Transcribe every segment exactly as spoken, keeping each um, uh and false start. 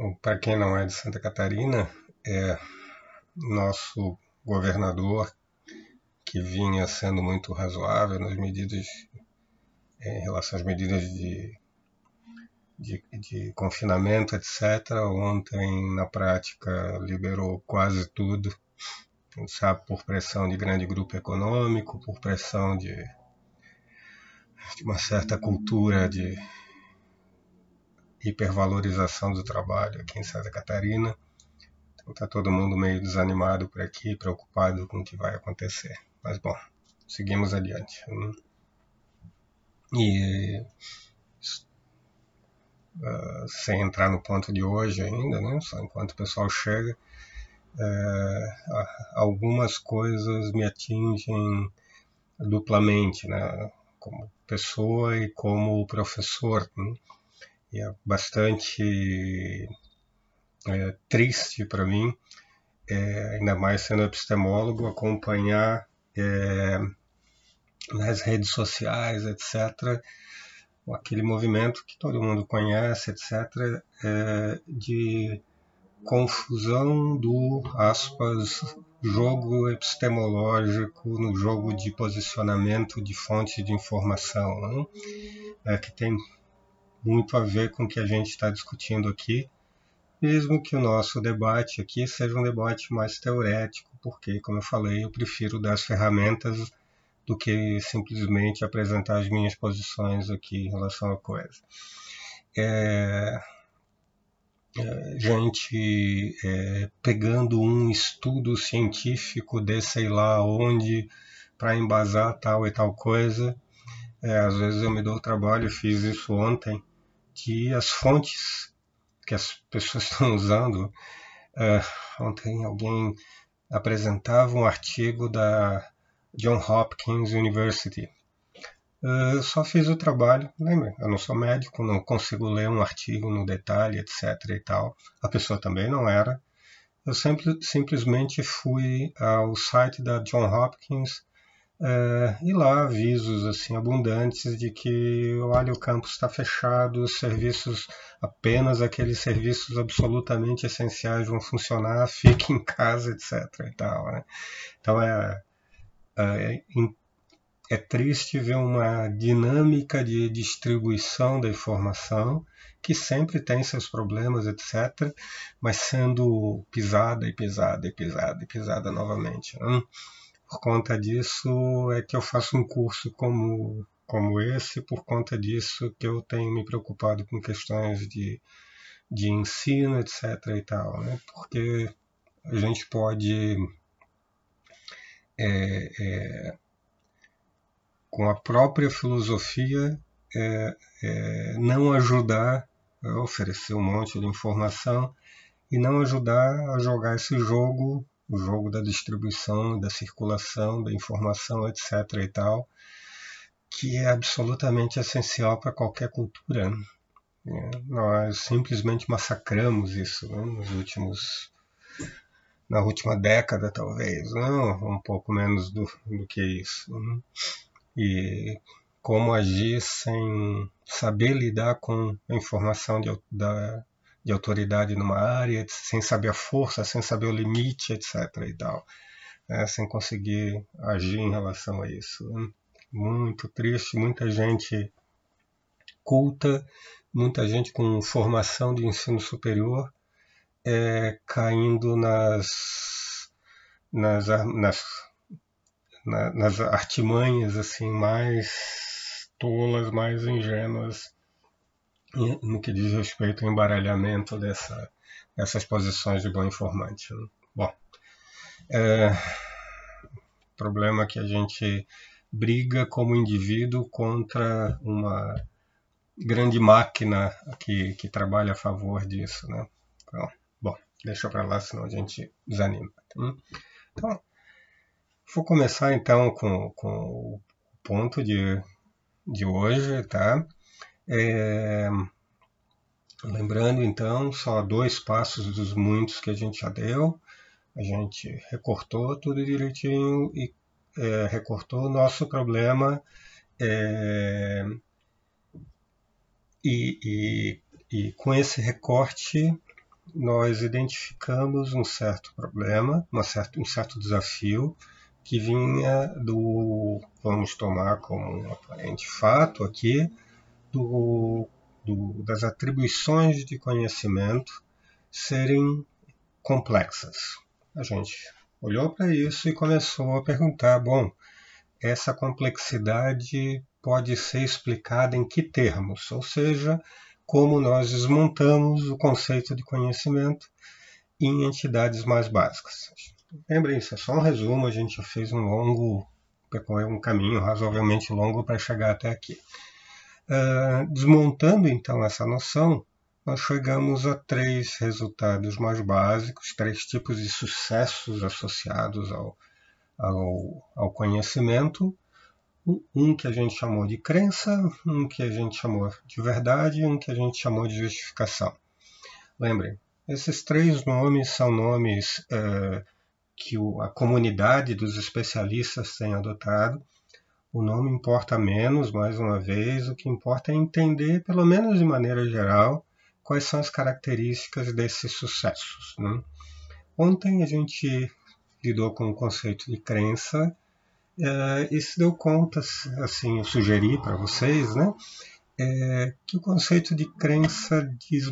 Para quem não é de Santa Catarina, é nosso governador, que vinha sendo muito razoável nas medidas, em relação às medidas de, de, de confinamento, etcétera. Ontem, na prática, liberou quase tudo, sabe, por pressão de grande grupo econômico, por pressão de, de uma certa cultura de hipervalorização do trabalho aqui em Santa Catarina. Então está todo mundo meio desanimado por aqui, preocupado com o que vai acontecer. Mas bom, seguimos adiante. E uh, sem entrar no ponto de hoje ainda, né, só enquanto o pessoal chega, uh, algumas coisas me atingem duplamente, né, como pessoa e como professor, né? E é bastante é, triste para mim, é, ainda mais sendo epistemólogo, acompanhar é, nas redes sociais, etcétera, aquele movimento que todo mundo conhece, etcétera, é, de confusão do, aspas, jogo epistemológico no jogo de posicionamento de fontes de informação, né? É, que tem muito a ver com o que a gente está discutindo aqui, mesmo que o nosso debate aqui seja um debate mais teorético, porque, como eu falei, eu prefiro dar as ferramentas do que simplesmente apresentar as minhas posições aqui em relação à coisa. É, é, gente é, pegando um estudo científico de sei lá onde para embasar tal e tal coisa, é, às vezes eu me dou o trabalho, fiz isso ontem, que as fontes que as pessoas estão usando, uh, ontem alguém apresentava um artigo da John Hopkins University. Uh, eu só fiz o trabalho, lembra? Eu não sou médico, não consigo ler um artigo no detalhe, etcétera e tal. A pessoa também não era. Eu sempre, simplesmente fui ao site da John Hopkins É, e lá avisos assim abundantes de que, olha, o campus está fechado, os serviços, apenas aqueles serviços absolutamente essenciais vão funcionar, fique em casa, etcétera. E tal, né? Então é, é, é triste ver uma dinâmica de distribuição da informação que sempre tem seus problemas, etcétera, mas sendo pisada e pisada e pisada e pisada novamente. Né? Por conta disso é que eu faço um curso como, como esse, por conta disso que eu tenho me preocupado com questões de, de ensino, etcétera e tal, né? Porque a gente pode, é, é, com a própria filosofia, é, é, não ajudar a oferecer um monte de informação e não ajudar a jogar esse jogo, o jogo da distribuição, da circulação, da informação, etcétera e tal, que é absolutamente essencial para qualquer cultura. Né? Nós simplesmente massacramos isso, né? Nos últimos, na última década, talvez, não? Um pouco menos do, do que isso. Né? E como agir sem saber lidar com a informação de, da, de autoridade numa área, sem saber a força, sem saber o limite, etcétera e tal, né? Sem conseguir agir em relação a isso. Né? Muito triste, muita gente culta, muita gente com formação de ensino superior é, caindo nas, nas, nas, nas artimanhas assim, mais tolas, mais ingênuas no que diz respeito ao embaralhamento dessa, dessas posições de bom informante. Né? Bom, é, problema que a gente briga como indivíduo contra uma grande máquina que, que trabalha a favor disso, né? Então, bom, deixa para lá, senão a gente desanima. Então, vou começar então com, com o ponto de, de hoje, tá? É, lembrando então, só dois passos dos muitos que a gente já deu. A gente recortou tudo direitinho e é, recortou o nosso problema é, e, e, e com esse recorte nós identificamos um certo problema, uma certa, um certo desafio que vinha do, vamos tomar como um aparente fato aqui, do, do, das atribuições de conhecimento serem complexas. A gente olhou para isso e começou a perguntar, bom, essa complexidade pode ser explicada em que termos? Ou seja, como nós desmontamos o conceito de conhecimento em entidades mais básicas. Lembrem, isso é só um resumo, a gente já fez um longo, percorreu um caminho razoavelmente longo para chegar até aqui. Uh, desmontando então essa noção, nós chegamos a três resultados mais básicos, três tipos de sucessos associados ao, ao, ao conhecimento. Um que a gente chamou de crença, um que a gente chamou de verdade e um que a gente chamou de justificação. Lembrem, esses três nomes são nomes uh, que o, a comunidade dos especialistas tem adotado. O nome importa menos, mais uma vez, o que importa é entender, pelo menos de maneira geral, quais são as características desses sucessos. Né? Ontem a gente lidou com o conceito de crença é, e se deu conta, assim, eu sugeri para vocês, né, é, que o conceito de crença diz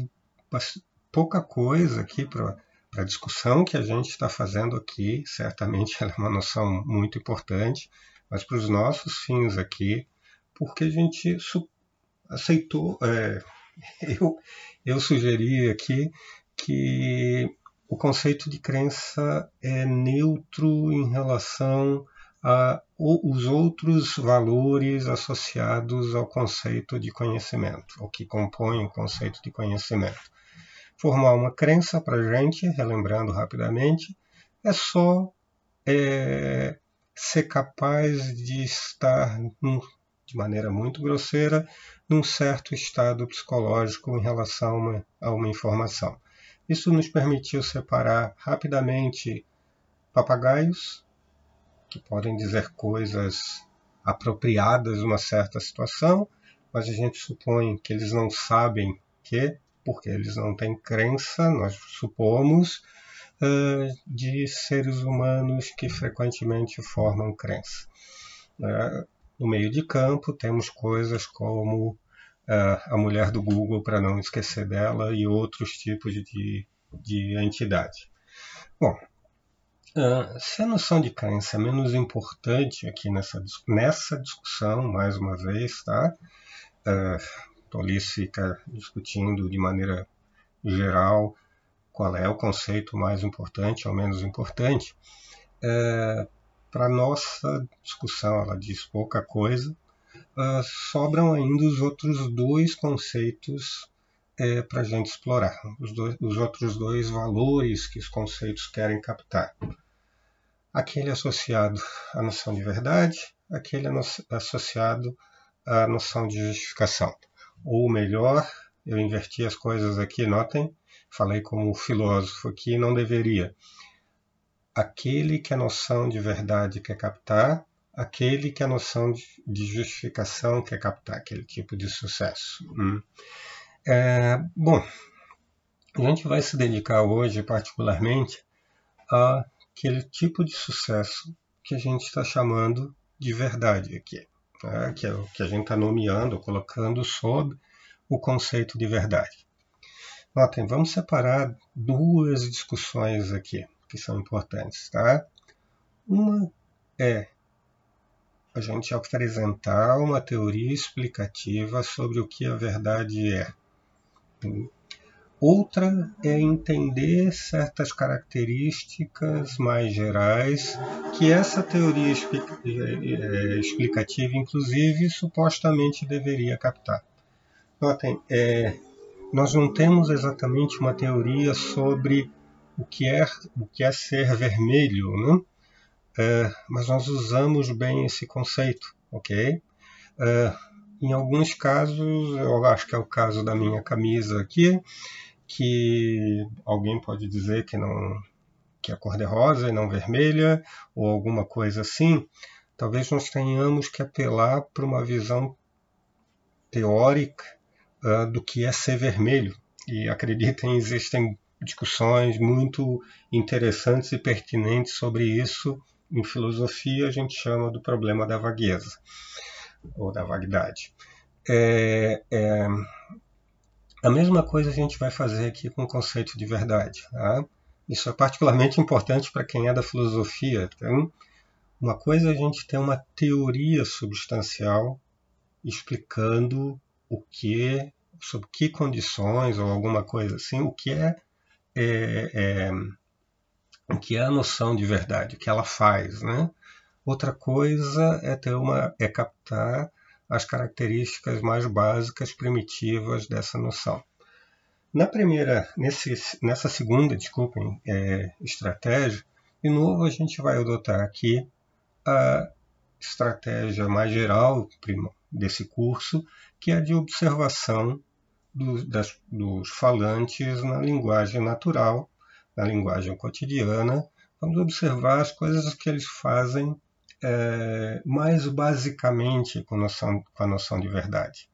pouca coisa aqui para a discussão que a gente está fazendo aqui. Certamente ela é uma noção muito importante, mas para os nossos fins aqui, porque a gente aceitou, é, eu, eu sugeri aqui que o conceito de crença é neutro em relação a os outros valores associados ao conceito de conhecimento, o que compõe o conceito de conhecimento. Formar uma crença para a gente, relembrando rapidamente, é só é, ser capaz de estar, num, de maneira muito grosseira, num certo estado psicológico em relação a uma, a uma informação. Isso nos permitiu separar rapidamente papagaios, que podem dizer coisas apropriadas de uma certa situação, mas a gente supõe que eles não sabem que, porque eles não têm crença, nós supomos, uh, de seres humanos que frequentemente formam crença. Uh, no meio de campo temos coisas como uh, a mulher do Google, para não esquecer dela, e outros tipos de, de entidade. Bom, Uh, se a noção de crença é menos importante aqui nessa, nessa discussão, mais uma vez, tá? Uh, Tolice fica discutindo de maneira geral qual é o conceito mais importante ou menos importante. Uh, Para nossa discussão, ela diz pouca coisa. Uh, sobram ainda os outros dois conceitos é, para a gente explorar, os, dois, os outros dois valores que os conceitos querem captar. Aquele associado à noção de verdade, aquele associado à noção de justificação. Ou melhor, eu inverti as coisas aqui, notem, falei como filósofo aqui, não deveria. Aquele que a noção de verdade quer captar, aquele que a noção de justificação quer captar, aquele tipo de sucesso. Hum. É, bom, a gente vai se dedicar hoje particularmente a aquele tipo de sucesso que a gente está chamando de verdade aqui, né? Que é o que a gente está nomeando, colocando sob o conceito de verdade. Notem, vamos separar duas discussões aqui que são importantes, tá? Uma é a gente apresentar uma teoria explicativa sobre o que a verdade é. Outra é entender certas características mais gerais que essa teoria explicativa, inclusive, supostamente deveria captar. Notem, é, nós não temos exatamente uma teoria sobre o que é, o que é ser vermelho, né? É, mas nós usamos bem esse conceito, ok? É, em alguns casos, eu acho que é o caso da minha camisa aqui, que alguém pode dizer que, não, que a cor é rosa e não vermelha, ou alguma coisa assim, talvez nós tenhamos que apelar para uma visão teórica uh, do que é ser vermelho. E acreditem, existem discussões muito interessantes e pertinentes sobre isso. Em filosofia, a gente chama do problema da vagueza, ou da vaguidade. É, é, a mesma coisa a gente vai fazer aqui com o conceito de verdade. Tá? Isso é particularmente importante para quem é da filosofia. Então, uma coisa é a gente ter uma teoria substancial explicando o que, sob que condições ou alguma coisa assim, o que é, é, é o que é a noção de verdade, o que ela faz, né? Outra coisa é ter uma, é captar as características mais básicas, primitivas dessa noção. Na primeira, nesse, nessa segunda, desculpem, é, estratégia, de novo a gente vai adotar aqui a estratégia mais geral primo, desse curso, que é a de observação do, das, dos falantes na linguagem natural, na linguagem cotidiana. Vamos observar as coisas que eles fazem é, mais basicamente com, noção, com a noção de verdade.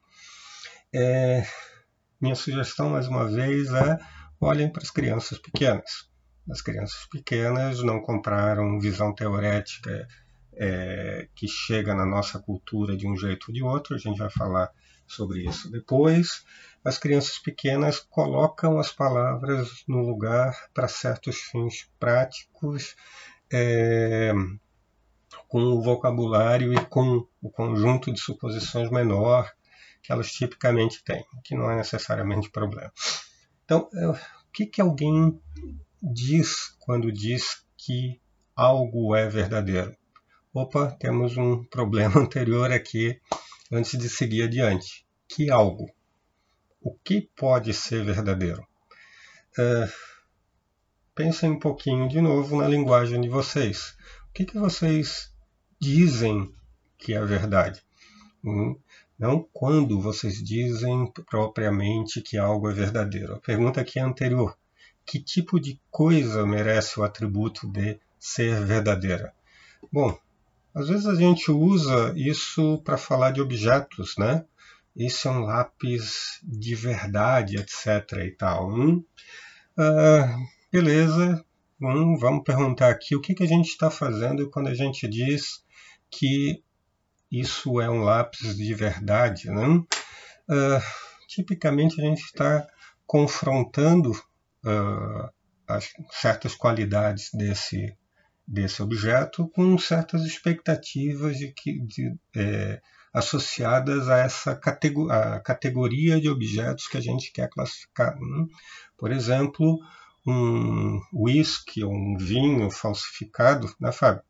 É, minha sugestão, mais uma vez, é olhem para as crianças pequenas. As crianças pequenas não compraram visão teorética é, que chega na nossa cultura de um jeito ou de outro, a gente vai falar sobre isso depois. As crianças pequenas colocam as palavras no lugar para certos fins práticos, é, com o vocabulário e com o conjunto de suposições menor que elas tipicamente têm, que não é necessariamente problema. Então, o que, que alguém diz quando diz que algo é verdadeiro? Opa, temos um problema anterior aqui, antes de seguir adiante. Que algo? O que pode ser verdadeiro? Uh, pensem um pouquinho de novo na linguagem de vocês. O que, que vocês dizem que é verdade? Hum, não quando vocês dizem propriamente que algo é verdadeiro. A pergunta aqui é anterior. Que tipo de coisa merece o atributo de ser verdadeira? Bom, às vezes a gente usa isso para falar de objetos, né? Isso é um lápis de verdade, etc. e tal. Hum? Ah, beleza, hum, vamos perguntar aqui o que, que a gente está fazendo quando a gente diz que isso é um lápis de verdade, né? Uh, tipicamente a gente está confrontando uh, as certas qualidades desse, desse objeto com certas expectativas de que, de, é, associadas a essa categor a categoria de objetos que a gente quer classificar. Né? Por exemplo, um whisky ou um vinho falsificado, né, Fábio?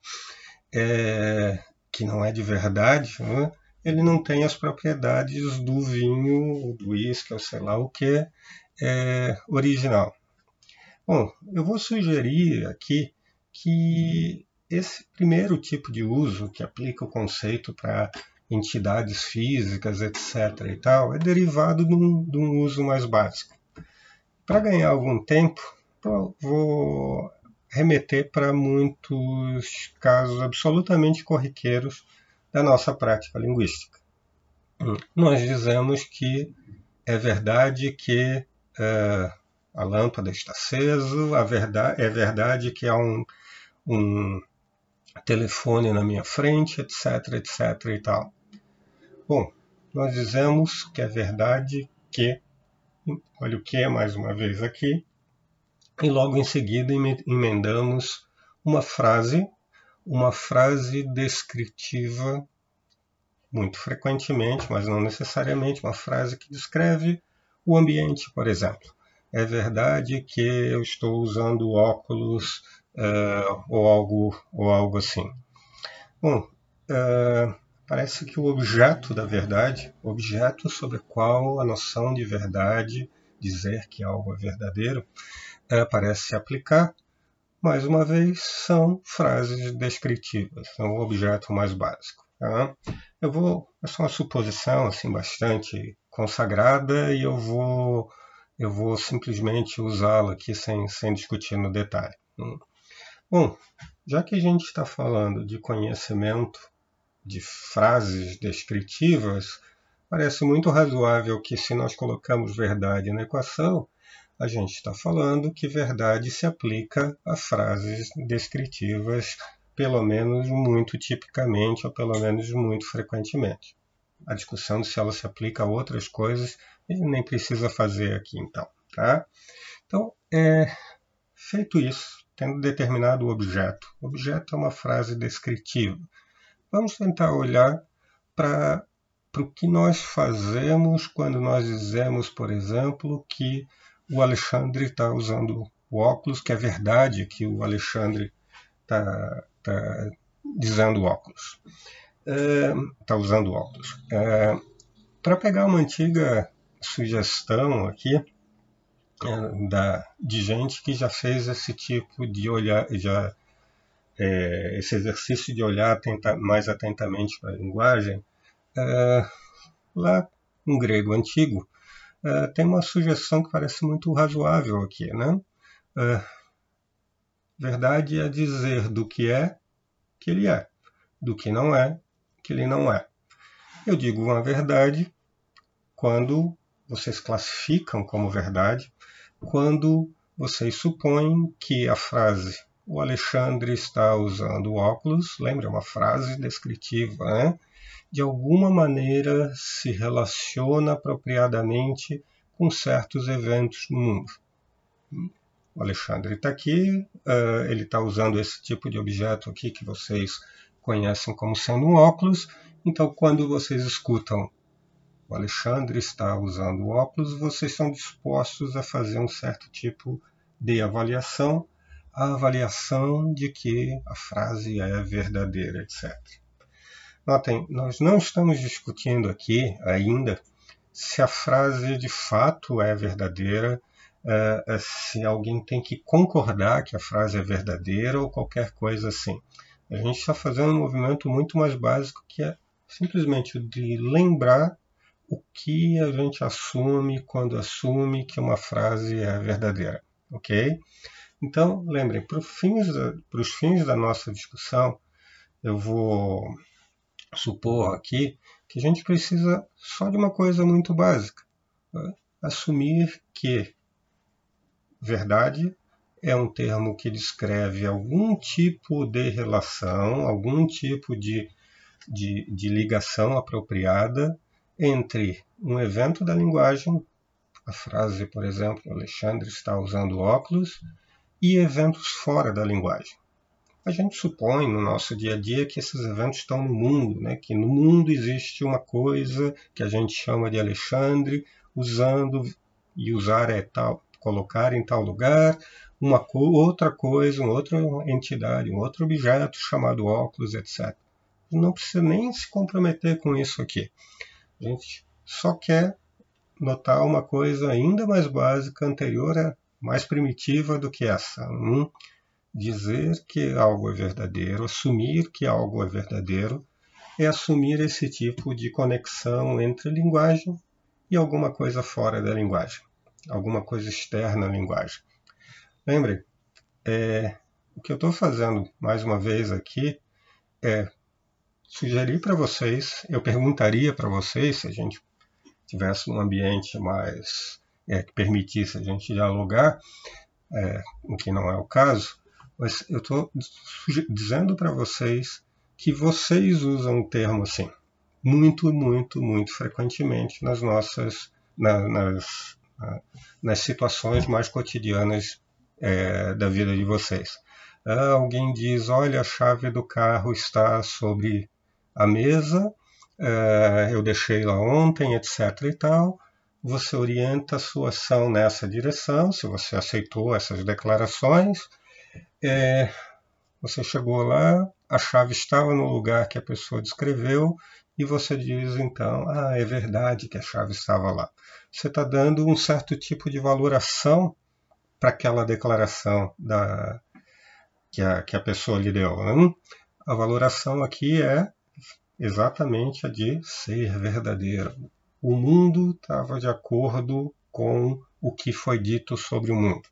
É, que não é de verdade, né? Ele não tem as propriedades do vinho, do uísque, ou sei lá o que, é, original. Bom, eu vou sugerir aqui que esse primeiro tipo de uso, que aplica o conceito para entidades físicas, etc. e tal, é derivado de um, de um uso mais básico. Para ganhar algum tempo, vou remeter para muitos casos absolutamente corriqueiros da nossa prática linguística. Nós dizemos que é verdade que é, a lâmpada está acesa, a verdade, é verdade que há um, um telefone na minha frente, etc, etc e tal. Bom, nós dizemos que é verdade que, olha o que é mais uma vez aqui, e logo em seguida emendamos uma frase, uma frase descritiva, muito frequentemente, mas não necessariamente, uma frase que descreve o ambiente, por exemplo. É verdade que eu estou usando óculos uh, ou, algo, ou algo assim. Bom, uh, parece que o objeto da verdade, o objeto sobre o qual a noção de verdade, dizer que algo é verdadeiro, uh, parece se aplicar, mais uma vez, são frases descritivas, são o objeto mais básico. Tá? Eu vou, essa é uma suposição assim, bastante consagrada e eu vou, eu vou simplesmente usá-la aqui sem, sem discutir no detalhe. Bom, já que a gente está falando de conhecimento de frases descritivas, parece muito razoável que se nós colocamos verdade na equação, a gente está falando que verdade se aplica a frases descritivas, pelo menos muito tipicamente, ou pelo menos muito frequentemente. A discussão de se ela se aplica a outras coisas, a gente nem precisa fazer aqui então. Tá? Então, é, feito isso, tendo determinado o objeto, o objeto é uma frase descritiva, vamos tentar olhar para o que nós fazemos quando nós dizemos, por exemplo, que o Alexandre está usando o óculos, que é verdade que o Alexandre está tá dizendo óculos, está é, usando óculos. É, para pegar uma antiga sugestão aqui, é, da, de gente que já fez esse tipo de olhar, já, é, esse exercício de olhar atenta, mais atentamente para a linguagem, é, lá no grego antigo, é, tem uma sugestão que parece muito razoável aqui, né? É, verdade é dizer do que é, que ele é, do que não é, que ele não é. Eu digo uma verdade quando vocês classificam como verdade, quando vocês supõem que a frase o Alexandre está usando óculos, lembra, é uma frase descritiva, né? De alguma maneira se relaciona apropriadamente com certos eventos no mundo. O Alexandre está aqui, uh, ele está usando esse tipo de objeto aqui que vocês conhecem como sendo um óculos, então quando vocês escutam o Alexandre está usando óculos, vocês estão dispostos a fazer um certo tipo de avaliação, a avaliação de que a frase é verdadeira, etcétera. Notem, nós não estamos discutindo aqui ainda se a frase de fato é verdadeira, se alguém tem que concordar que a frase é verdadeira ou qualquer coisa assim. A gente está fazendo um movimento muito mais básico, que é simplesmente o de lembrar o que a gente assume quando assume que uma frase é verdadeira, ok? Então, lembrem, para os fins, fins da nossa discussão, eu vou supor aqui que a gente precisa só de uma coisa muito básica, né? Assumir que verdade é um termo que descreve algum tipo de relação, algum tipo de, de, de ligação apropriada entre um evento da linguagem, a frase, por exemplo, Alexandre está usando óculos, e eventos fora da linguagem. A gente supõe no nosso dia a dia que esses eventos estão no mundo, né? Que no mundo existe uma coisa que a gente chama de Alexandre, usando, e usar é tal, colocar em tal lugar, uma outra coisa, uma outra entidade, um outro objeto chamado óculos, etcétera. Não precisa nem se comprometer com isso aqui. A gente só quer notar uma coisa ainda mais básica, anterior, mais primitiva do que essa. Hum? Dizer que algo é verdadeiro, assumir que algo é verdadeiro, é assumir esse tipo de conexão entre linguagem e alguma coisa fora da linguagem, alguma coisa externa à linguagem. Lembre, é, o que eu estou fazendo mais uma vez aqui é sugerir para vocês, eu perguntaria para vocês, se a gente tivesse um ambiente mais é, que permitisse a gente dialogar, é, o que não é o caso, mas eu estou dizendo para vocês que vocês usam o termo assim, muito, muito, muito frequentemente nas nossas, na, nas, nas situações mais cotidianas é, da vida de vocês. Ah, alguém diz, olha, a chave do carro está sobre a mesa, é, eu deixei lá ontem, etc e tal. Você orienta a sua ação nessa direção, se você aceitou essas declarações. É, você chegou lá, a chave estava no lugar que a pessoa descreveu, e você diz então, ah, é verdade que a chave estava lá. Você está dando um certo tipo de valoração para aquela declaração da, que, a, que a pessoa lhe deu. Né? A valoração aqui é exatamente a de ser verdadeira. O mundo estava de acordo com o que foi dito sobre o mundo.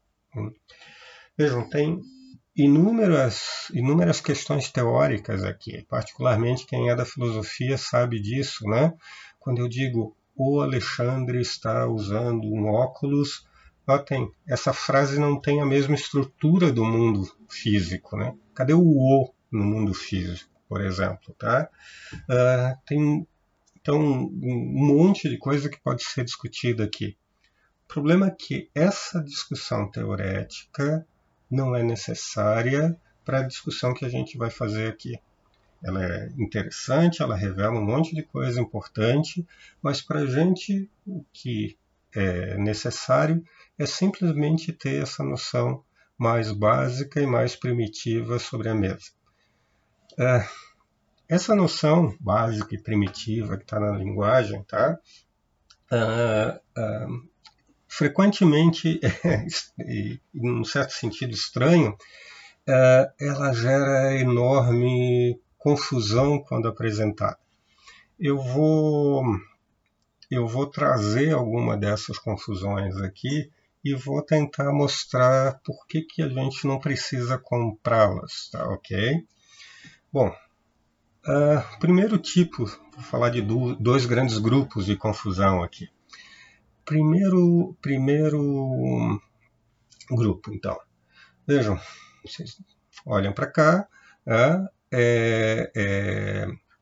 Vejam, tem inúmeras, inúmeras questões teóricas aqui, particularmente quem é da filosofia sabe disso, né? Quando eu digo o Alexandre está usando um óculos, notem, essa frase não tem a mesma estrutura do mundo físico, né? Cadê o o no mundo físico, por exemplo, tá? Uh, tem, então, um monte de coisa que pode ser discutida aqui. O problema é que essa discussão teorética não é necessária para a discussão que a gente vai fazer aqui. Ela é interessante, ela revela um monte de coisa importante, mas para a gente o que é necessário é simplesmente ter essa noção mais básica e mais primitiva sobre a mesa. É, essa noção básica e primitiva que está na linguagem, tá? Uh, uh, frequentemente, em um certo sentido estranho, uh, ela gera enorme confusão quando apresentada. Eu vou, eu vou trazer alguma dessas confusões aqui e vou tentar mostrar por que, que a gente não precisa comprá-las, tá ok? Bom, uh, primeiro tipo, vou falar de do, dois grandes grupos de confusão aqui. Primeiro, primeiro grupo, então. Vejam, vocês olham para cá, é, é, é...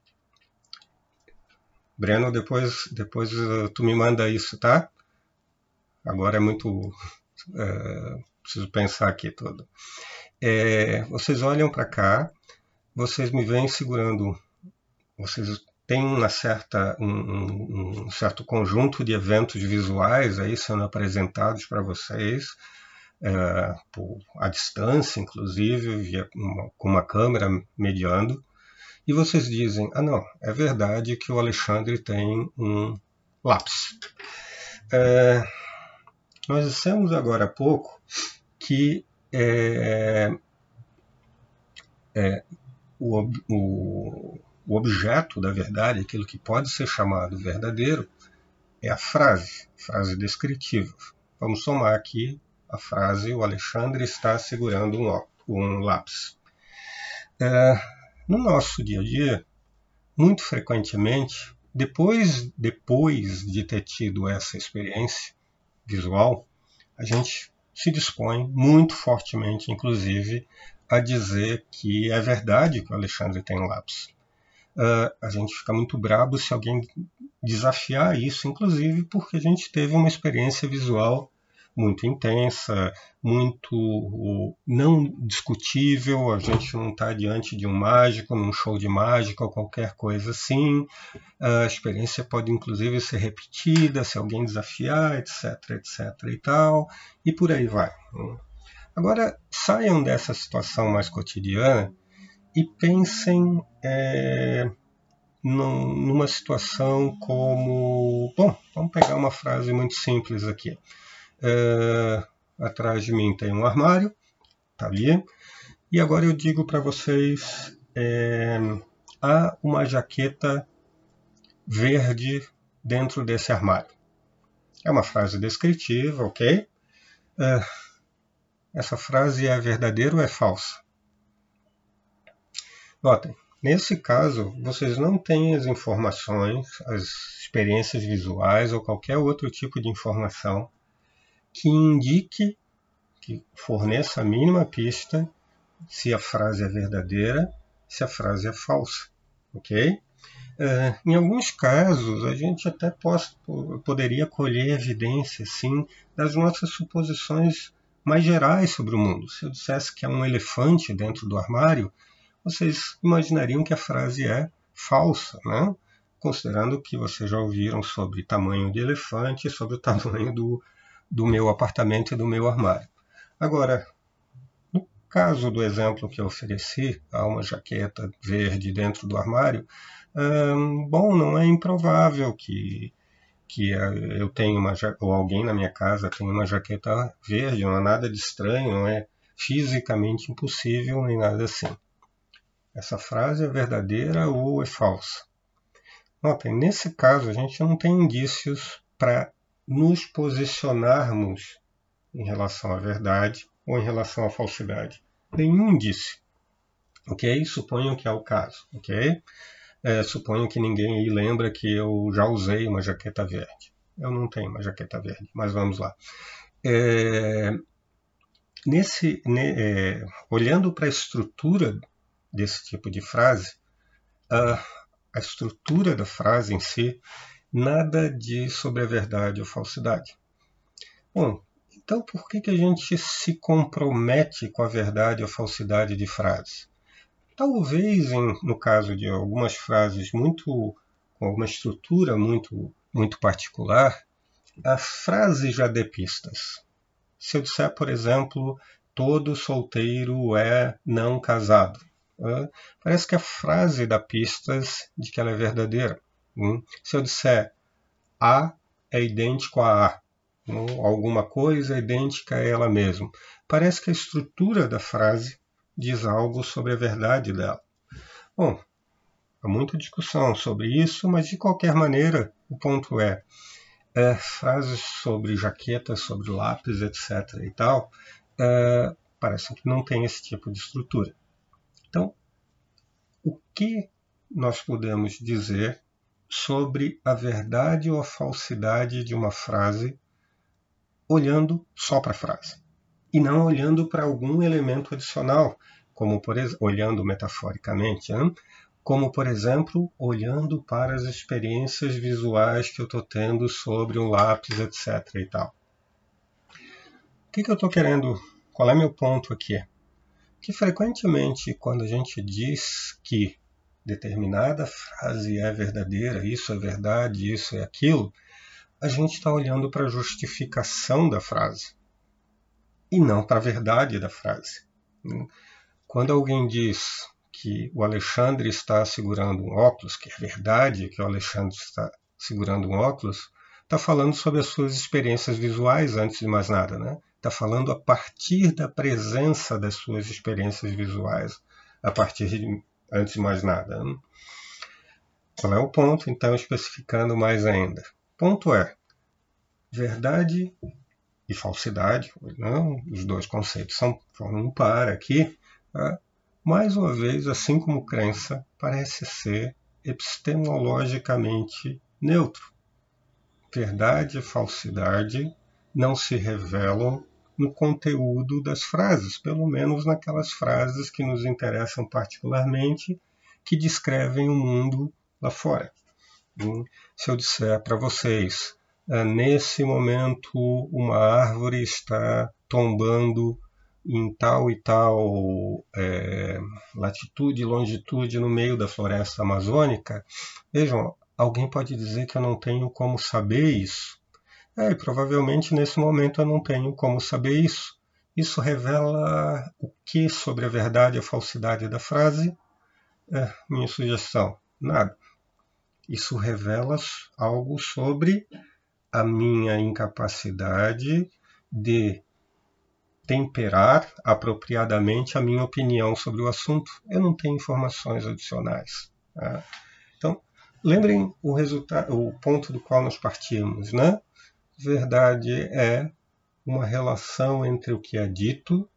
Breno, depois, depois tu me manda isso, tá? Agora é muito... É, preciso pensar aqui tudo. É, vocês olham para cá, vocês me veem segurando... Vocês têm uma certa, um, um, um certo conjunto de eventos visuais aí sendo apresentados para vocês, é, por, à distância, inclusive, via uma, com uma câmera mediando. E vocês dizem, ah não, é verdade que o Alexandre tem um lápis. É, nós dissemos agora há pouco que é, é, o, o, o objeto da verdade, aquilo que pode ser chamado verdadeiro, é a frase, frase descritiva. Vamos somar aqui a frase, o Alexandre está segurando um, um lápis. É, no nosso dia a dia, muito frequentemente, depois, depois de ter tido essa experiência visual, a gente se dispõe muito fortemente, inclusive, a dizer que é verdade que o Alexandre tem um lápis. Uh, a gente fica muito bravo se alguém desafiar isso, inclusive porque a gente teve uma experiência visual muito intensa, muito não discutível, a gente não está diante de um mágico, num show de mágica ou qualquer coisa assim. A experiência pode inclusive ser repetida se alguém desafiar, etc, etc e tal, e por aí vai. Agora, saiam dessa situação mais cotidiana e pensem é, numa situação como... Bom, vamos pegar uma frase muito simples aqui. É, atrás de mim tem um armário, tá ali, e agora eu digo para vocês, é, há uma jaqueta verde dentro desse armário. É uma frase descritiva, ok? É, essa frase é verdadeira ou é falsa? Notem, nesse caso, vocês não têm as informações, as experiências visuais ou qualquer outro tipo de informação que indique, que forneça a mínima pista se a frase é verdadeira, se a frase é falsa, ok? Uh, em alguns casos, a gente até possa, poderia colher evidência, sim, das nossas suposições mais gerais sobre o mundo. Se eu dissesse que é um elefante dentro do armário, vocês imaginariam que a frase é falsa, né? Considerando que vocês já ouviram sobre tamanho de elefante e sobre o tamanho do, do meu apartamento e do meu armário. Agora, no caso do exemplo que eu ofereci, há uma jaqueta verde dentro do armário, hum, bom, não é improvável que, que eu tenha uma, ou alguém na minha casa tenha uma jaqueta verde, não há nada de estranho, não é fisicamente impossível nem nada assim. Essa frase é verdadeira ou é falsa? Notem, nesse caso a gente não tem indícios para nos posicionarmos em relação à verdade ou em relação à falsidade. Nenhum indício. Ok? Suponho que é o caso. Ok? É, suponho que ninguém aí lembra que eu já usei uma jaqueta verde. Eu não tenho uma jaqueta verde, mas vamos lá. É, nesse, né, é, olhando para a estrutura desse tipo de frase, a, a estrutura da frase em si nada diz sobre a verdade ou falsidade. Bom, então por que, que a gente se compromete com a verdade ou falsidade de frases? Talvez, em, no caso de algumas frases muito com uma estrutura muito, muito particular, a frase já dê pistas. Se eu disser, por exemplo, todo solteiro é não casado, né? Parece que a frase dá pistas de que ela é verdadeira. Hein? Se eu disser A é idêntico a A, ou alguma coisa é idêntica a ela mesma, parece que a estrutura da frase diz algo sobre a verdade dela. Bom, há muita discussão sobre isso, mas de qualquer maneira, o ponto é, é frases sobre jaquetas, sobre lápis, etc. e tal, é, parece que não tem esse tipo de estrutura. Então, o que nós podemos dizer sobre a verdade ou a falsidade de uma frase olhando só para a frase e não olhando para algum elemento adicional, como por exemplo, olhando metaforicamente, hein? Como por exemplo, olhando para as experiências visuais que eu estou tendo sobre um lápis, etc. e tal. O que, que eu estou querendo? Qual é meu ponto aqui? Que frequentemente, quando a gente diz que determinada frase é verdadeira, isso é verdade, isso é aquilo, a gente está olhando para a justificação da frase e não para a verdade da frase. Quando alguém diz que o Alexandre está segurando um óculos, que é verdade que o Alexandre está segurando um óculos, está falando sobre as suas experiências visuais antes de mais nada, né? Está falando a partir da presença das suas experiências visuais, a partir de antes de mais nada. Né? Qual é o ponto, então, especificando mais ainda? O ponto é, verdade e falsidade, não, os dois conceitos são, formam um par aqui, tá? Mais uma vez, assim como crença, parece ser epistemologicamente neutro. Verdade e falsidade não se revelam no conteúdo das frases, pelo menos naquelas frases que nos interessam particularmente, que descrevem o mundo lá fora. Se eu disser para vocês, nesse momento uma árvore está tombando em tal e tal é, latitude e longitude no meio da floresta amazônica, vejam, alguém pode dizer que eu não tenho como saber isso. É, e provavelmente nesse momento eu não tenho como saber isso. Isso revela o que sobre a verdade e a falsidade da frase? É, minha sugestão, nada. Isso revela algo sobre a minha incapacidade de temperar apropriadamente a minha opinião sobre o assunto. Eu não tenho informações adicionais. Tá? Então, lembrem o, resultado, o ponto do qual nós partimos, né? Verdade é uma relação entre o que é dito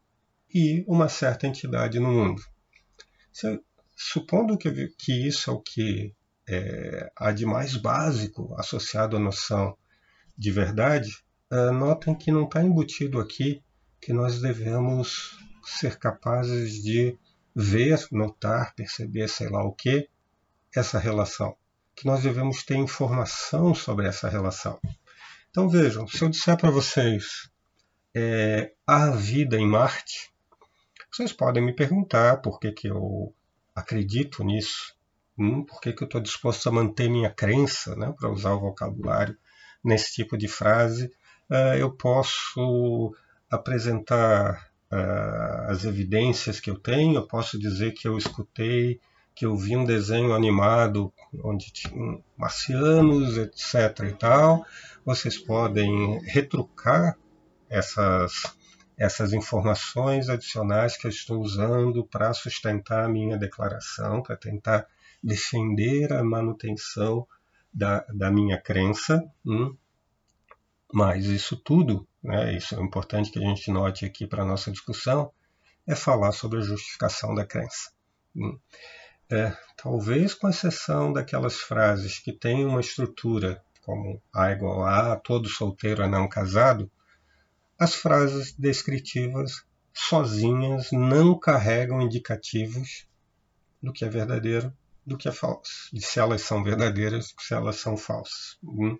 e uma certa entidade no mundo. Se, supondo que, que isso é o que é, há de mais básico associado à noção de verdade, uh, notem que não está embutido aqui que nós devemos ser capazes de ver, notar, perceber, sei lá o que, essa relação. Que nós devemos ter informação sobre essa relação. Então vejam, se eu disser para vocês é, há vida em Marte, vocês podem me perguntar por que, que eu acredito nisso, hum, por que, que eu estou disposto a manter minha crença, né, para usar o vocabulário nesse tipo de frase. Uh, eu posso apresentar uh, as evidências que eu tenho, eu posso dizer que eu escutei, que eu vi um desenho animado onde tinha marcianos, etc. e tal. Vocês podem retrucar essas, essas informações adicionais que eu estou usando para sustentar a minha declaração, para tentar defender a manutenção da, da minha crença. Hum? Mas isso tudo, né, isso é importante que a gente note aqui para a nossa discussão, é falar sobre a justificação da crença. Hum? É, talvez com exceção daquelas frases que têm uma estrutura como A igual a A, todo solteiro é não casado, as frases descritivas sozinhas não carregam indicativos do que é verdadeiro, do que é falso, de se elas são verdadeiras, se elas são falsas. Uh,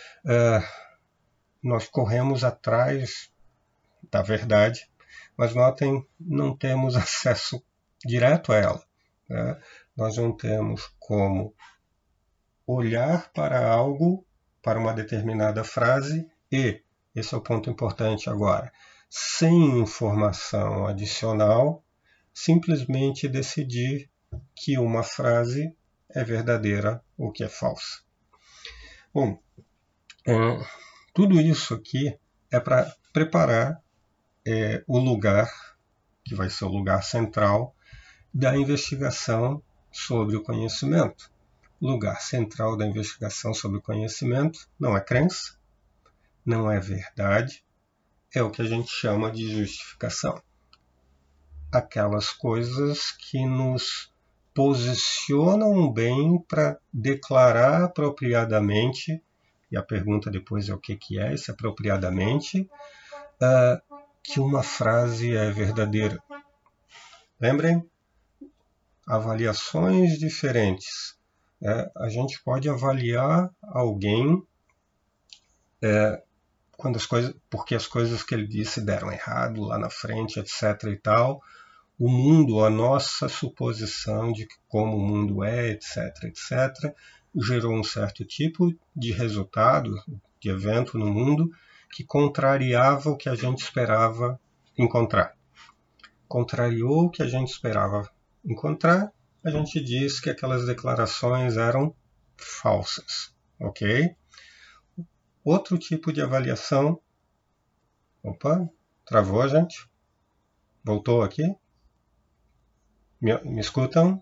nós corremos atrás da verdade, mas notem, não temos acesso direto a ela. Né? Nós não temos como olhar para algo, para uma determinada frase e, esse é o ponto importante agora, sem informação adicional, simplesmente decidir que uma frase é verdadeira ou que é falsa. Bom, é, tudo isso aqui é para preparar é, o lugar, que vai ser o lugar central, da investigação sobre o conhecimento. O lugar central da investigação sobre o conhecimento não é crença, não é verdade, é o que a gente chama de justificação. Aquelas coisas que nos posicionam bem para declarar apropriadamente, e a pergunta depois é o que é esse apropriadamente, uh, que uma frase é verdadeira. Lembrem? Avaliações diferentes. É, a gente pode avaliar alguém é, quando as coisas, porque as coisas que ele disse deram errado lá na frente, etc e tal. O mundo, a nossa suposição de como o mundo é, etc, etc, gerou um certo tipo de resultado, de evento no mundo, que contrariava o que a gente esperava encontrar. Contrariou o que a gente esperava encontrar, a gente diz que aquelas declarações eram falsas, ok? Outro tipo de avaliação... Opa, travou, gente? Voltou aqui? Me, me escutam?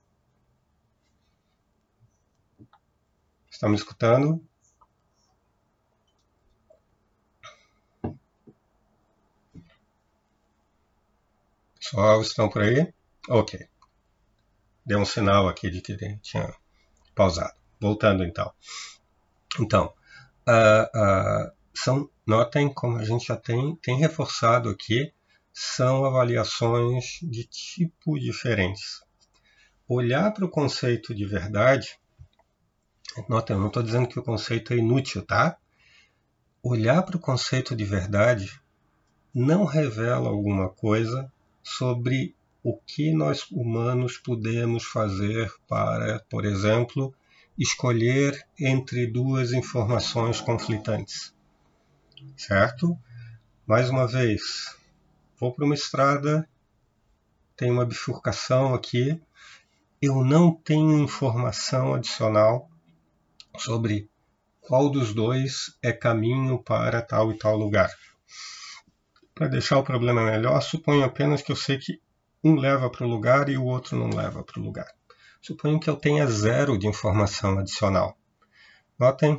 Estão me escutando? Pessoal, estão por aí? Ok. Deu um sinal aqui de que tinha pausado. Voltando então. Então, uh, uh, são, notem como a gente já tem, tem reforçado aqui, são avaliações de tipo diferentes. Olhar para o conceito de verdade, notem, eu não estou dizendo que o conceito é inútil, tá? Olhar para o conceito de verdade não revela alguma coisa sobre o que nós humanos podemos fazer para, por exemplo, escolher entre duas informações conflitantes. Certo? Mais uma vez, vou para uma estrada, tem uma bifurcação aqui, eu não tenho informação adicional sobre qual dos dois é caminho para tal e tal lugar. Para deixar o problema melhor, suponho apenas que eu sei que um leva para o lugar e o outro não leva para o lugar. Suponho que eu tenha zero de informação adicional. Notem,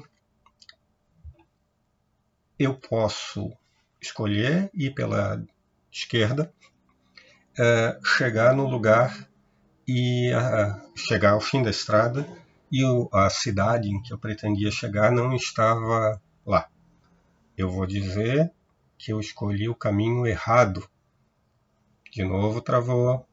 eu posso escolher ir pela esquerda, é, chegar no lugar e a, chegar ao fim da estrada e o, a cidade em que eu pretendia chegar não estava lá. Eu vou dizer que eu escolhi o caminho errado. De novo travou.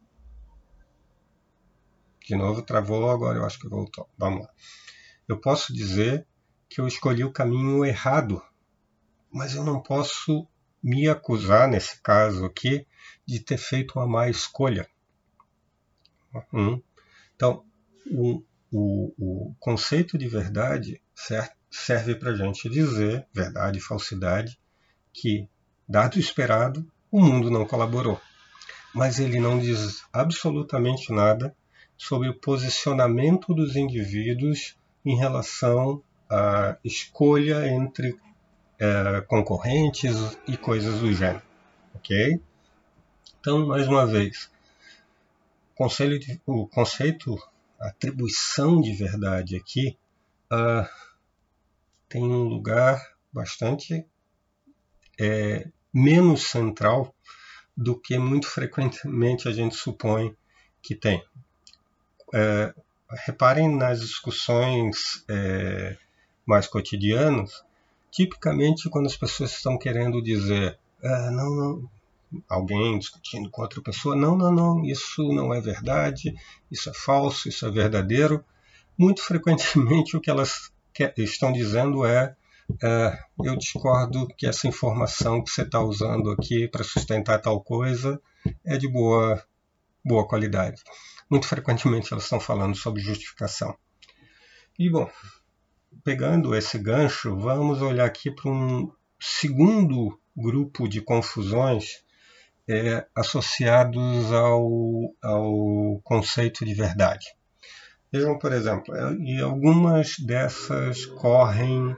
De novo travou, agora eu acho que voltou. Vamos lá. Eu posso dizer que eu escolhi o caminho errado, mas eu não posso me acusar, nesse caso aqui, de ter feito uma má escolha. Hum. Então, o, o, o conceito de verdade serve para a gente dizer, verdade e falsidade, que, dado o esperado, o mundo não colaborou. Mas ele não diz absolutamente nada sobre o posicionamento dos indivíduos em relação à escolha entre é, concorrentes e coisas do gênero. Ok? Então, mais uma vez, conselho de, o conceito, a atribuição de verdade aqui, uh, tem um lugar bastante é, menos central do que muito frequentemente a gente supõe que tem. É, reparem nas discussões é, mais cotidianas, tipicamente quando as pessoas estão querendo dizer ah, não, não, alguém discutindo com outra pessoa, não, não, não, isso não é verdade, isso é falso, isso é verdadeiro. Muito frequentemente o que elas estão dizendo é, é eu discordo que essa informação que você está usando aqui para sustentar tal coisa é de boa, boa qualidade. Muito frequentemente elas estão falando sobre justificação. E, bom, pegando esse gancho, vamos olhar aqui para um segundo grupo de confusões é, associados ao, ao conceito de verdade. Vejam, por exemplo, e algumas dessas correm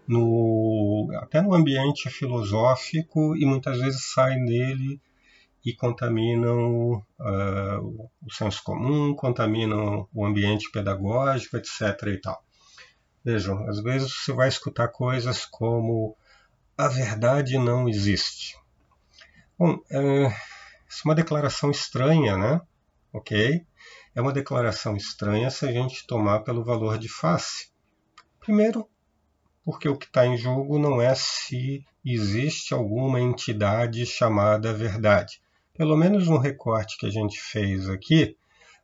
no, até no ambiente filosófico e muitas vezes saem dele e contaminam uh, o senso comum, contaminam o ambiente pedagógico, etc. E tal. Vejam, às vezes você vai escutar coisas como a verdade não existe. Bom, é, isso é uma declaração estranha, né? Ok? É uma declaração estranha se a gente tomar pelo valor de face. Primeiro, porque o que está em jogo não é se existe alguma entidade chamada verdade. Pelo menos no recorte que a gente fez aqui,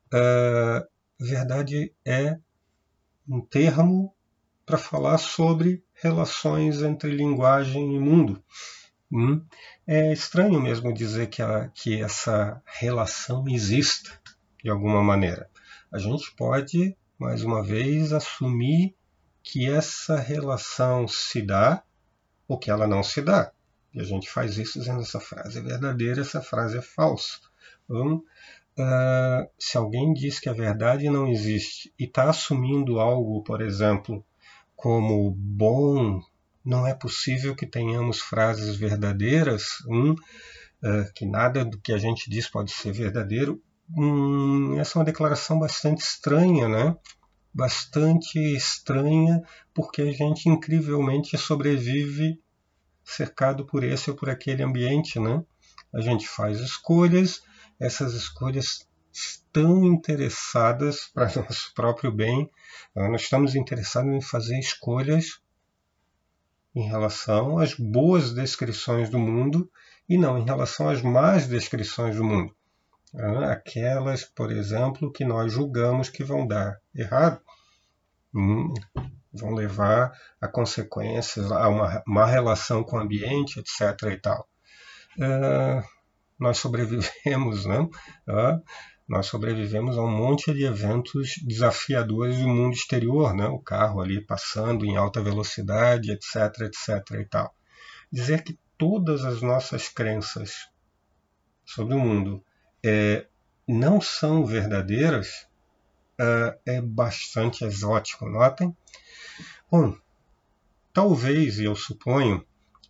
uh, verdade é um termo para falar sobre relações entre linguagem e mundo. Hum? É estranho mesmo dizer que, a, que essa relação exista de alguma maneira. A gente pode, mais uma vez, assumir que essa relação se dá ou que ela não se dá. E a gente faz isso dizendo essa frase é verdadeira, essa frase é falsa. Então, uh, se alguém diz que a verdade não existe e está assumindo algo, por exemplo, como bom, não é possível que tenhamos frases verdadeiras, hum, uh, que nada do que a gente diz pode ser verdadeiro. Hum, essa é uma declaração bastante estranha, né? Bastante estranha, porque a gente incrivelmente sobrevive cercado por esse ou por aquele ambiente, né? A gente faz escolhas, essas escolhas estão interessadas para nosso próprio bem, nós estamos interessados em fazer escolhas em relação às boas descrições do mundo e não em relação às más descrições do mundo. Aquelas, por exemplo, que nós julgamos que vão dar errado, hum, vão levar a consequências, a uma má relação com o ambiente, etc. E tal. Uh, nós sobrevivemos, né? Uh, nós sobrevivemos a um monte de eventos desafiadores do mundo exterior, né? O carro ali passando em alta velocidade, etc, etc e tal. Dizer que todas as nossas crenças sobre o mundo é, não são verdadeiras uh, é bastante exótico, notem? Bom, talvez, e eu suponho,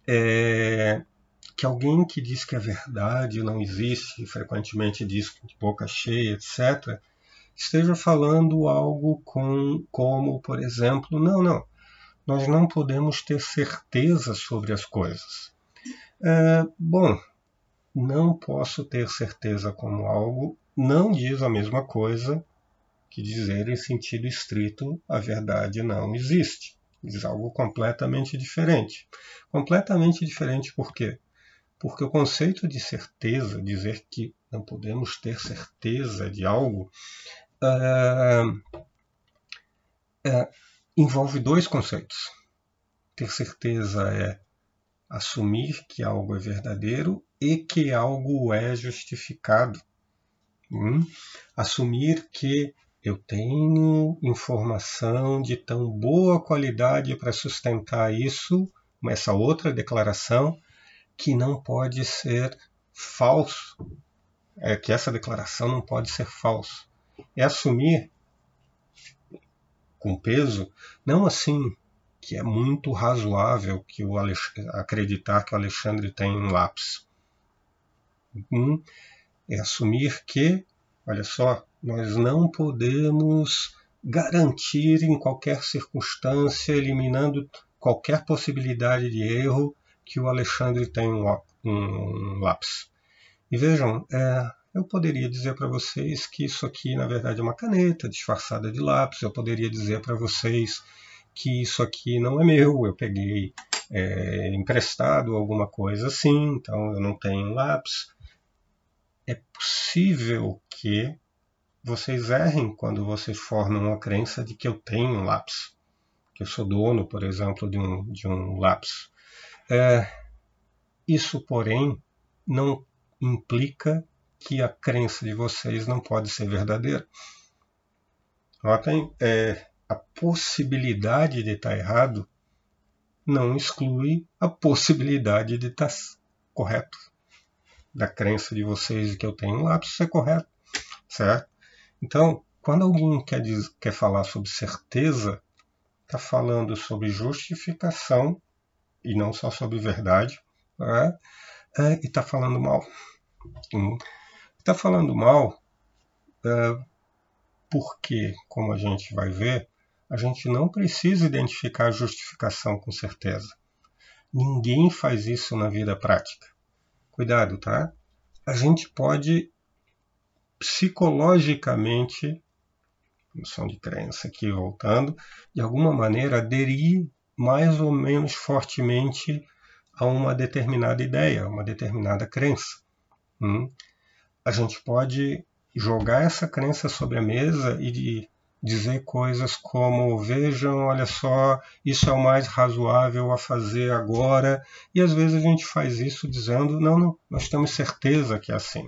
é, que alguém que diz que a verdade não existe, frequentemente diz de boca cheia, etcétera, esteja falando algo com, como, por exemplo, não, não, nós não podemos ter certeza sobre as coisas. É, bom, não posso ter certeza como algo não diz a mesma coisa que dizer em sentido estrito a verdade não existe. Diz algo completamente diferente. Completamente diferente por quê? Porque o conceito de certeza, dizer que não podemos ter certeza de algo, é, é, envolve dois conceitos. Ter certeza é assumir que algo é verdadeiro e que algo é justificado. Hum? Assumir que eu tenho informação de tão boa qualidade para sustentar isso, essa outra declaração, que não pode ser falso, é que essa declaração não pode ser falsa. É assumir com peso, não assim que é muito razoável que o Alex... acreditar que o Alexandre tem um lápis. Hum, é assumir que, olha só, nós não podemos garantir em qualquer circunstância, eliminando qualquer possibilidade de erro, que o Alexandre tem um, um lápis. E vejam, é, eu poderia dizer para vocês que isso aqui, na verdade, é uma caneta disfarçada de lápis. Eu poderia dizer para vocês que isso aqui não é meu. Eu peguei é, emprestado, alguma coisa assim, então eu não tenho lápis. É possível que vocês errem quando vocês formam uma crença de que eu tenho um lápis, que eu sou dono, por exemplo, de um, de um lápis. É, isso, porém, não implica que a crença de vocês não pode ser verdadeira. Notem, é, a possibilidade de estar errado não exclui a possibilidade de estar correto. Da crença de vocês de que eu tenho um lápis ser correto, certo? Então, quando alguém quer, diz, quer falar sobre certeza, está falando sobre justificação e não só sobre verdade, né? É, e está falando mal. Está falando mal é, porque, como a gente vai ver, a gente não precisa identificar a justificação com certeza. Ninguém faz isso na vida prática. Cuidado, tá? A gente pode psicologicamente, noção de crença aqui voltando, de alguma maneira aderir mais ou menos fortemente a uma determinada ideia, a uma determinada crença. Hum? A gente pode jogar essa crença sobre a mesa e de dizer coisas como: vejam, olha só, isso é o mais razoável a fazer agora, e às vezes a gente faz isso dizendo: não, não, nós temos certeza que é assim.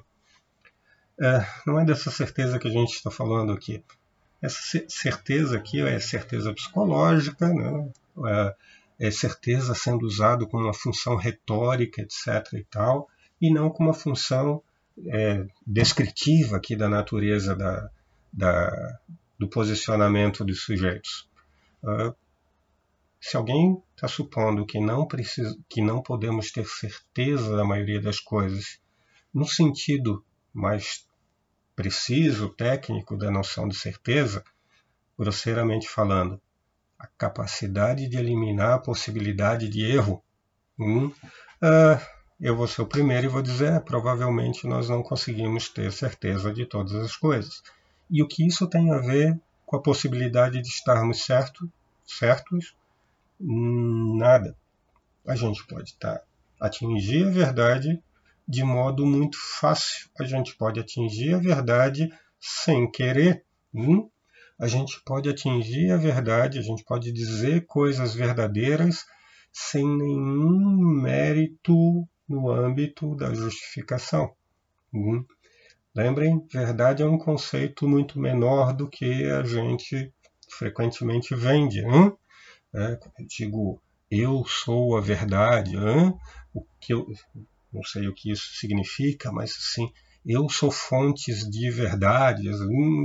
É, não é dessa certeza que a gente está falando aqui. Essa certeza aqui é certeza psicológica, né? é, é certeza sendo usado como uma função retórica, etc. e tal, e não como uma função é, descritiva aqui da natureza da, da, do posicionamento dos sujeitos. Uh, se alguém está supondo que não, precisa, que não podemos ter certeza da maioria das coisas, no sentido mais preciso, técnico da noção de certeza, grosseiramente falando, a capacidade de eliminar a possibilidade de erro, hum, uh, eu vou ser o primeiro e vou dizer, é, provavelmente nós não conseguimos ter certeza de todas as coisas. E o que isso tem a ver com a possibilidade de estarmos certo, certos? Hum, nada. A gente pode tá, atingir a verdade de modo muito fácil. A gente pode atingir a verdade sem querer. Hum? A gente pode atingir a verdade, a gente pode dizer coisas verdadeiras sem nenhum mérito no âmbito da justificação. Hum? Lembrem, verdade é um conceito muito menor do que a gente frequentemente vende. Hum? É, eu digo, eu sou a verdade. Hum? O que eu, não sei o que isso significa, mas assim, eu sou fontes de verdades.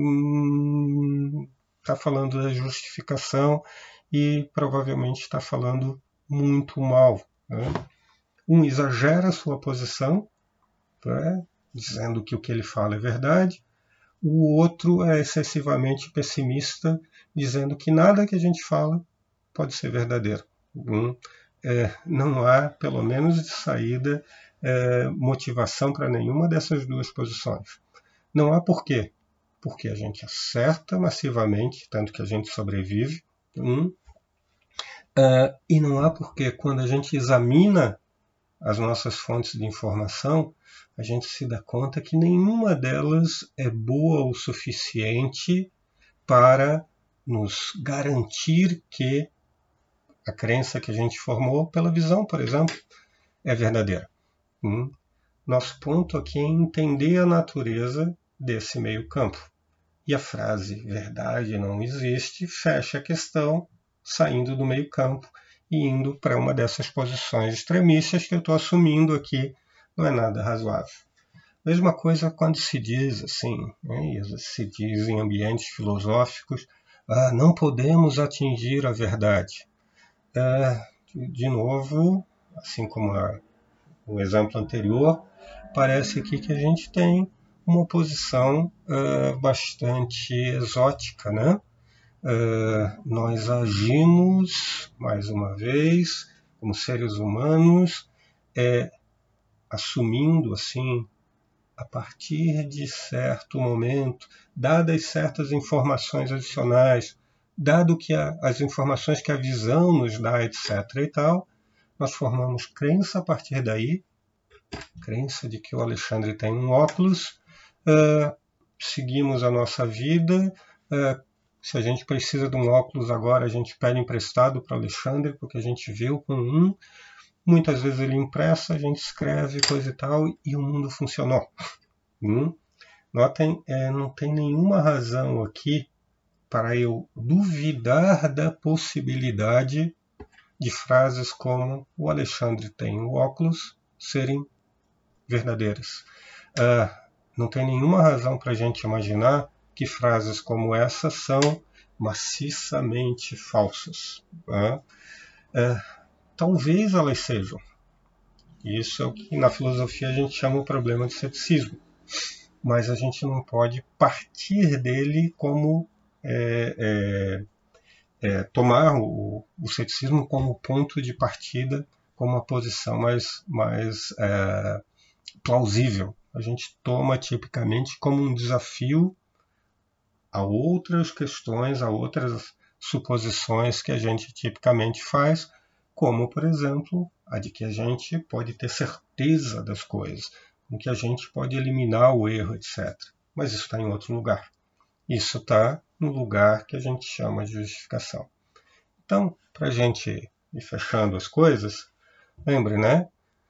Hum, está falando da justificação e provavelmente está falando muito mal. Né? Um exagera a sua posição, né, dizendo que o que ele fala é verdade. O outro é excessivamente pessimista, dizendo que nada que a gente fala pode ser verdadeiro. Hum, é, não há, pelo menos de saída, é, motivação para nenhuma dessas duas posições. Não há porquê. Porque a gente acerta massivamente, tanto que a gente sobrevive. Hum, uh, e não há porquê. Quando a gente examina as nossas fontes de informação, a gente se dá conta que nenhuma delas é boa o suficiente para nos garantir que a crença que a gente formou pela visão, por exemplo, é verdadeira. Hum? Nosso ponto aqui é entender a natureza desse meio campo. E a frase verdade não existe fecha a questão, saindo do meio campo e indo para uma dessas posições extremistas que eu estou assumindo aqui, não é nada razoável. Mesma coisa quando se diz assim, né, se diz em ambientes filosóficos, ah, não podemos atingir a verdade. É, de novo, assim como a, o exemplo anterior, parece aqui que a gente tem uma posição uh, bastante exótica, né? Uh, nós agimos, mais uma vez, como seres humanos, é, assumindo, assim, a partir de certo momento, dadas certas informações adicionais, dado que a, as informações que a visão nos dá, etc. e tal, nós formamos crença a partir daí, crença de que o Alexandre tem um óculos, uh, seguimos a nossa vida, uh, se a gente precisa de um óculos agora, a gente pede emprestado para o Alexandre, porque a gente viu com um, muitas vezes ele empresta, a gente escreve, coisa e tal, e o mundo funcionou. Hum? Notem, é, não tem nenhuma razão aqui para eu duvidar da possibilidade de frases como o Alexandre tem o óculos serem verdadeiras. Uh, não tem nenhuma razão para a gente imaginar que frases como essa são maciçamente falsas. Uh, uh, talvez elas sejam. Isso é o que na filosofia a gente chama o problema de ceticismo. Mas a gente não pode partir dele como é, é, é, tomar o, o ceticismo como ponto de partida, como uma posição mais, mais é, plausível. A gente toma tipicamente como um desafio a outras questões, a outras suposições que a gente tipicamente faz, como, por exemplo, a de que a gente pode ter certeza das coisas, com que a gente pode eliminar o erro, etcétera. Mas isso está em outro lugar. Isso está no lugar que a gente chama de justificação. Então, para a gente ir fechando as coisas, lembre, né?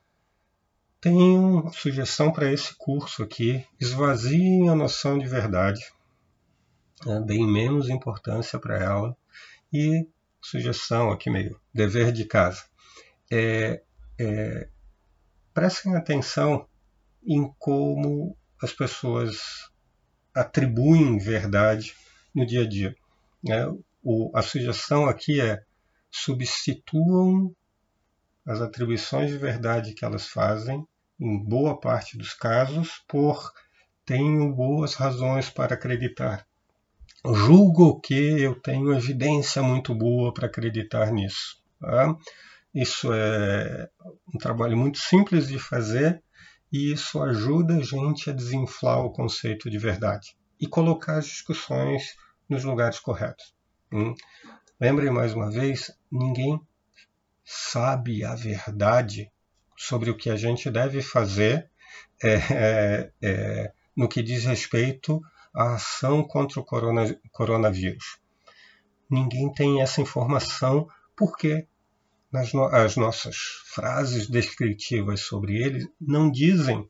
Tem uma sugestão para esse curso aqui: esvaziem a noção de verdade, né? Deem menos importância para ela. E sugestão aqui meio dever de casa: é, é, prestem atenção em como as pessoas atribuem verdade no dia a dia. Né? O, a sugestão aqui é: substituam as atribuições de verdade que elas fazem, em boa parte dos casos, por tenho boas razões para acreditar. Julgo que eu tenho evidência muito boa para acreditar nisso. Tá? Isso é um trabalho muito simples de fazer, e isso ajuda a gente a desinflar o conceito de verdade e colocar as discussões nos lugares corretos. Hum? Lembrem mais uma vez, ninguém sabe a verdade sobre o que a gente deve fazer é, é, é, no que diz respeito à ação contra o corona, coronavírus. Ninguém tem essa informação porque nas no, as nossas frases descritivas sobre ele não dizem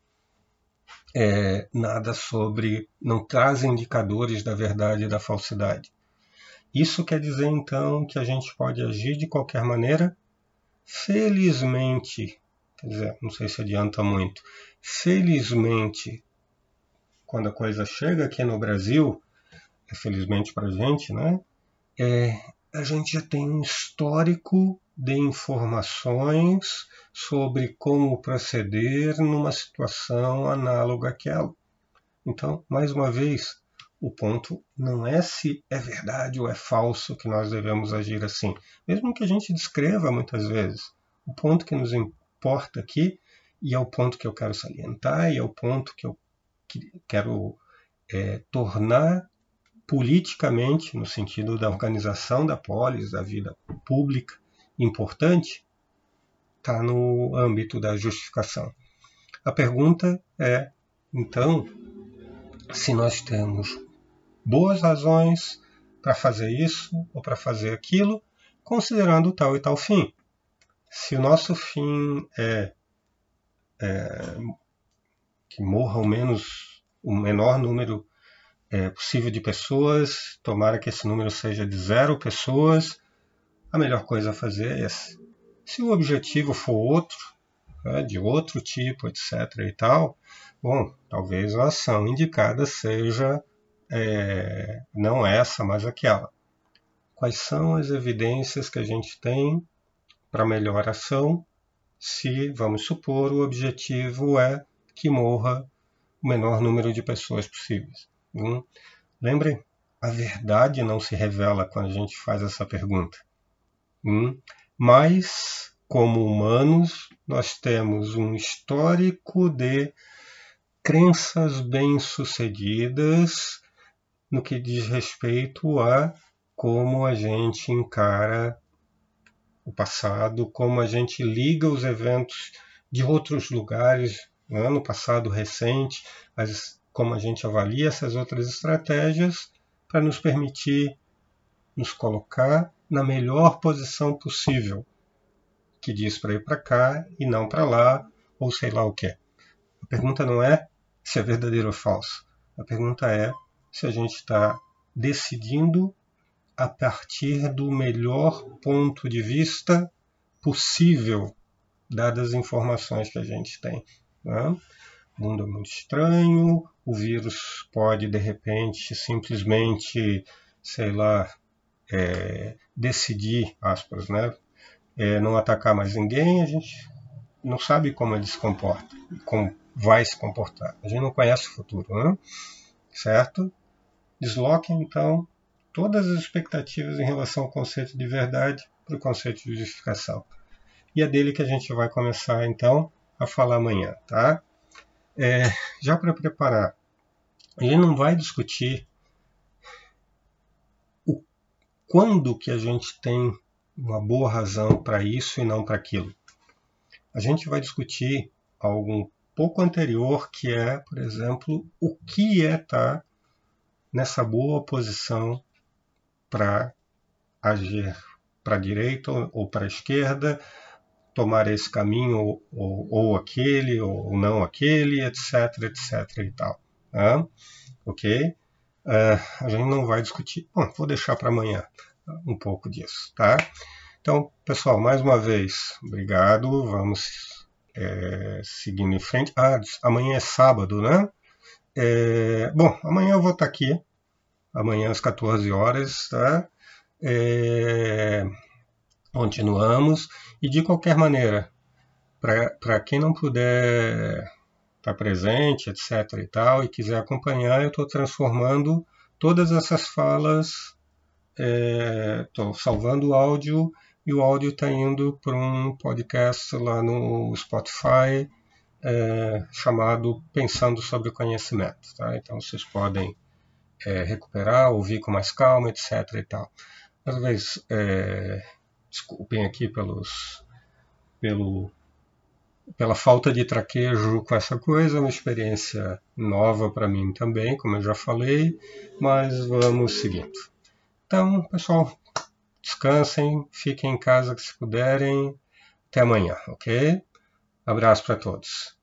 é, nada sobre, não trazem indicadores da verdade e da falsidade. Isso quer dizer, então, que a gente pode agir de qualquer maneira? Felizmente, quer dizer, não sei se adianta muito, felizmente, quando a coisa chega aqui no Brasil, é felizmente para a gente, né? É, a gente já tem um histórico de informações sobre como proceder numa situação análoga àquela. Então, mais uma vez, o ponto não é se é verdade ou é falso que nós devemos agir assim, mesmo que a gente descreva muitas vezes. O ponto que nos importa aqui, e é o ponto que eu quero salientar, e é o ponto que eu quero é, tornar politicamente, no sentido da organização da polis, da vida pública, importante, está no âmbito da justificação. A pergunta é, então, se nós temos boas razões para fazer isso ou para fazer aquilo, considerando tal e tal fim. Se o nosso fim é, é que morra o menos, o menor número é, possível de pessoas, tomara que esse número seja de zero pessoas, a melhor coisa a fazer é essa. Se o objetivo for outro, né, de outro tipo, etcétera e tal, bom, talvez a ação indicada seja é, não essa, mas aquela. Quais são as evidências que a gente tem para melhor ação se, vamos supor, o objetivo é que morra o menor número de pessoas possíveis? Hum? Lembrem, a verdade não se revela quando a gente faz essa pergunta. Hum? Mas, como humanos, nós temos um histórico de crenças bem-sucedidas no que diz respeito a como a gente encara passado, como a gente liga os eventos de outros lugares, né, no passado recente, mas como a gente avalia essas outras estratégias para nos permitir nos colocar na melhor posição possível, que diz para ir para cá e não para lá, ou sei lá o que. A pergunta não é se é verdadeiro ou falso. A pergunta é se a gente está decidindo a partir do melhor ponto de vista possível, dadas as informações que a gente tem. Né? O mundo é muito estranho, o vírus pode, de repente, simplesmente, sei lá, é, decidir, aspas, né? É, não atacar mais ninguém, a gente não sabe como ele se comporta, como vai se comportar. A gente não conhece o futuro, né? Certo? Desloque, então, todas as expectativas em relação ao conceito de verdade para o conceito de justificação. E é dele que a gente vai começar, então, a falar amanhã, tá? É, já para preparar, a gente não vai discutir o quando que a gente tem uma boa razão para isso e não para aquilo. A gente vai discutir algo um pouco anterior, que é, por exemplo, o que é estar nessa boa posição para agir para a direita ou para a esquerda, tomar esse caminho ou, ou, ou aquele, ou não aquele, etc, etc e tal. Tá? Ok? Uh, a gente não vai discutir. Bom, vou deixar para amanhã um pouco disso, tá? Então, pessoal, mais uma vez, obrigado. Vamos é, seguindo em frente. Ah, amanhã é sábado, né? É, bom, amanhã eu vou estar aqui. Amanhã às quatorze horas, tá? É, continuamos. E de qualquer maneira, para quem não puder estar presente, etc e tal, e quiser acompanhar, eu estou transformando todas essas falas, estou é, salvando o áudio, e o áudio está indo para um podcast lá no Spotify, é, chamado Pensando sobre o Conhecimento. Tá? Então vocês podem é, recuperar, ouvir com mais calma, etc e tal. Às vezes, é, desculpem aqui pelos, pelo, pela falta de traquejo com essa coisa, é uma experiência nova para mim também, como eu já falei, mas vamos seguindo. Então, pessoal, descansem, fiquem em casa que se puderem. Até amanhã, ok? Abraço para todos.